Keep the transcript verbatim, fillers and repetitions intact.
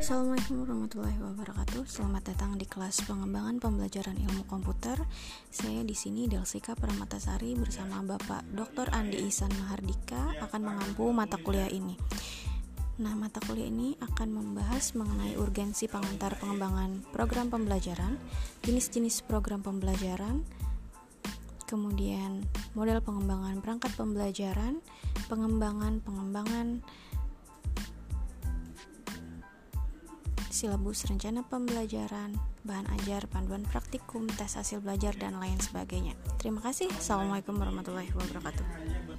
Assalamualaikum warahmatullahi wabarakatuh. Selamat datang di kelas pengembangan pembelajaran ilmu komputer. Saya di sini Delsika Pramatasari bersama Bapak doktor Andi Ihsan Mahardika akan mengampu mata kuliah ini. Nah, mata kuliah ini akan membahas mengenai urgensi pengantar pengembangan program pembelajaran, jenis-jenis program pembelajaran, kemudian model pengembangan perangkat pembelajaran, pengembangan pengembangan silabus rencana pembelajaran, bahan ajar, panduan praktikum, tes hasil belajar, dan lain sebagainya. Terima kasih. Assalamualaikum warahmatullahi wabarakatuh.